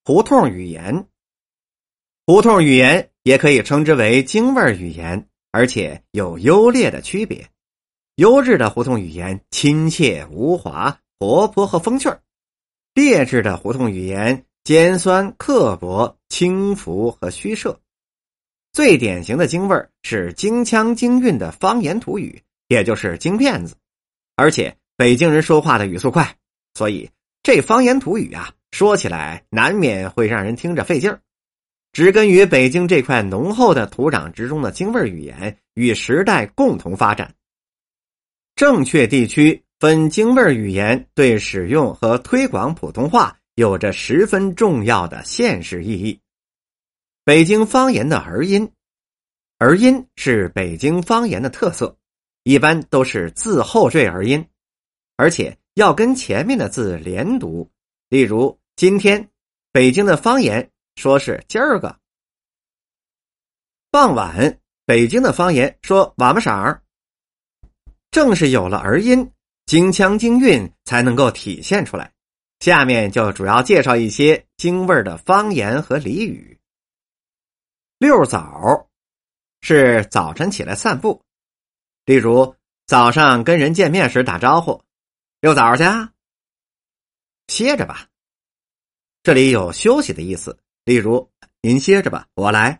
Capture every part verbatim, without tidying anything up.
胡同语言。胡同语言也可以称之为京味语言，而且有优劣的区别。优质的胡同语言亲切无华、活泼和风趣儿；劣质的胡同语言尖酸刻薄、轻浮和虚设。最典型的京味儿是京腔京韵的方言土语，也就是京片子。而且北京人说话的语速快，所以这方言土语啊，说起来难免会让人听着费劲儿。植根于北京这块浓厚的土壤之中的京味语言与时代共同发展。正确地区分京味语言对使用和推广普通话有着十分重要的现实意义。北京方言的儿音，儿音是北京方言的特色，一般都是字后缀儿音，而且要跟前面的字连读。例如今天，北京的方言说是今儿个；傍晚，北京的方言说晚不晌儿。正是有了儿音，京腔京韵才能够体现出来。下面就主要介绍一些京味的方言和俚语。溜早是早晨起来散步，例如早上跟人见面时打招呼，溜早去啊，歇着吧，这里有休息的意思，例如您歇着吧，我来。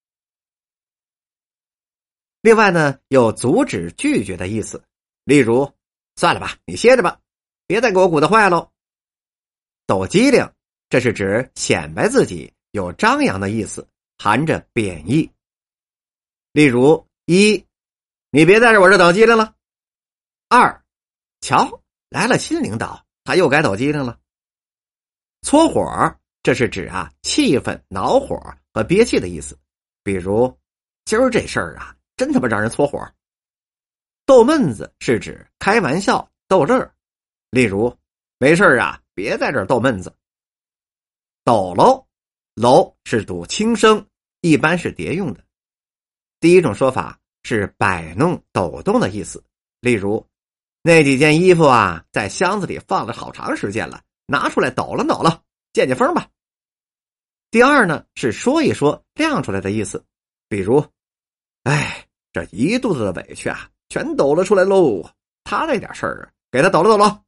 另外呢，有阻止拒绝的意思，例如算了吧，你歇着吧，别再给我鼓捣坏喽。抖机灵，这是指显摆自己，有张扬的意思，含着贬义。例如一，你别在这我这抖机灵了。二，瞧，来了新领导，他又该抖机灵了。搓火，这是指啊气愤、恼火和憋气的意思，比如今儿这事儿啊真他妈让人搓火。逗闷子是指开玩笑逗乐，例如没事啊别在这儿逗闷子。抖喽，喽是读轻声，一般是叠用的。第一种说法是摆弄抖动的意思，例如那几件衣服啊在箱子里放了好长时间了，拿出来抖了抖了，见见风吧。第二呢是说一说亮出来的意思，比如哎，这一肚子的委屈啊全抖了出来喽，他那点事儿啊给他抖了抖了。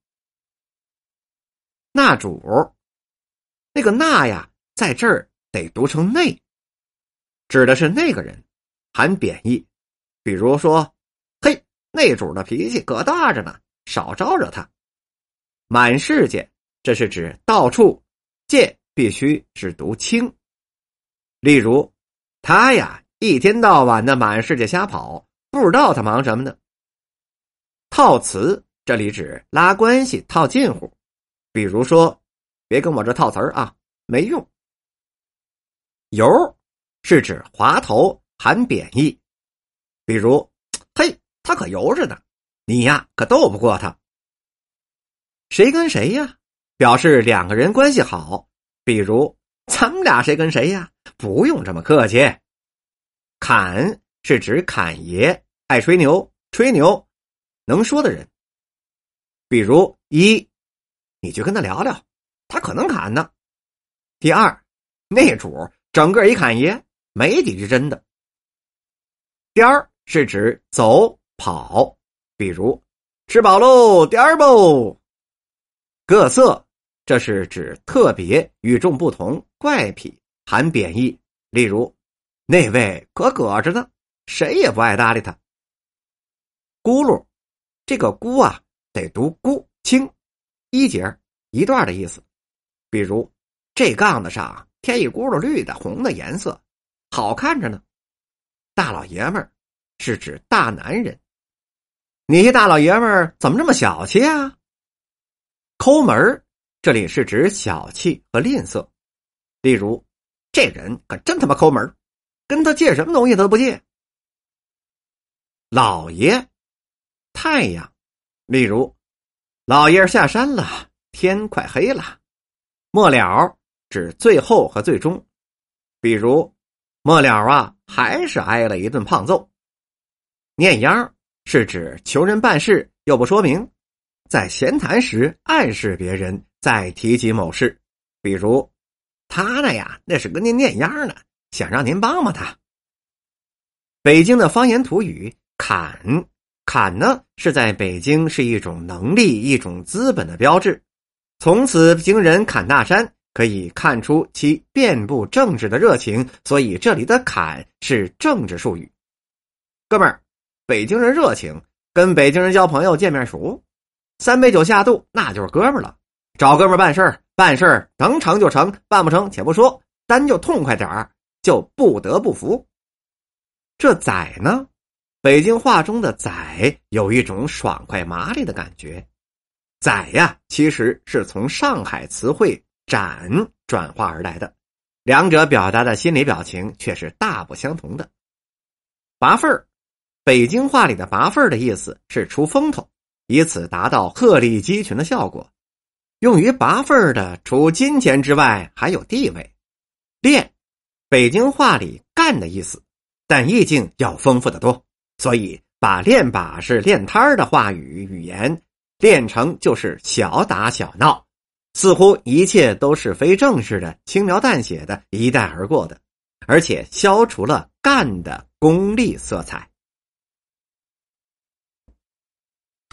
那主，那个那呀在这儿得读成内，指的是那个人，含贬义，比如说嘿，那主的脾气可大着呢，少招惹他。满世界，这是指到处，界必须是读清。例如他呀一天到晚的满世界瞎跑，不知道他忙什么呢。套词，这里指拉关系套近乎，比如说别跟我这套词儿啊，没用。油是指滑头，含贬义，比如嘿，他可油着呢，你呀可斗不过他。谁跟谁呀，表示两个人关系好，比如咱们俩谁跟谁呀，不用这么客气。侃是指侃爷，爱吹牛，吹牛能说的人，比如一，你去跟他聊聊，他可能侃呢。第二，那主整个一侃爷，没几句真的。颠儿是指走跑，比如吃饱喽，颠儿不。各色，这是指特别、与众不同、怪癖，含贬义，例如那位可搁着呢，谁也不爱搭理他。咕噜，这个咕啊得读咕清，一节一段的意思，比如这杠子上添一咕噜绿的红的颜色，好看着呢。大老爷们儿是指大男人，你一大老爷们儿怎么这么小气啊？抠门，这里是指小气和吝啬，例如这人可真他妈抠门，跟他借什么东西他都不借。老爷，太阳，例如老爷下山了，天快黑了。末了指最后和最终，比如末了啊还是挨了一顿胖揍。念秧是指求人办事又不说明，在闲谈时暗示别人再提及某事，比如他那呀，那是个念念秧呢，想让您帮帮他。北京的方言土语砍，砍呢是在北京是一种能力、一种资本的标志。从此京人砍大山，可以看出其遍布政治的热情，所以这里的砍是政治术语。哥们儿，北京人热情，跟北京人交朋友见面熟，三杯酒下肚那就是哥们儿了。找哥们儿办事儿，办事儿能成就成，办不成且不说，单就痛快点儿，就不得不服。这宰呢，北京话中的宰有一种爽快麻利的感觉。宰呀，其实是从上海词汇斩转化而来的，两者表达的心理表情却是大不相同的。拔份儿，北京话里的拔份儿的意思是出风头，以此达到鹤立鸡群的效果。用于拔份儿的除金钱之外还有地位。练，北京话里干的意思，但意境要丰富得多，所以把练把式练摊儿的话语语言练成就是小打小闹，似乎一切都是非正式的，轻描淡写的一带而过的，而且消除了干的功利色彩。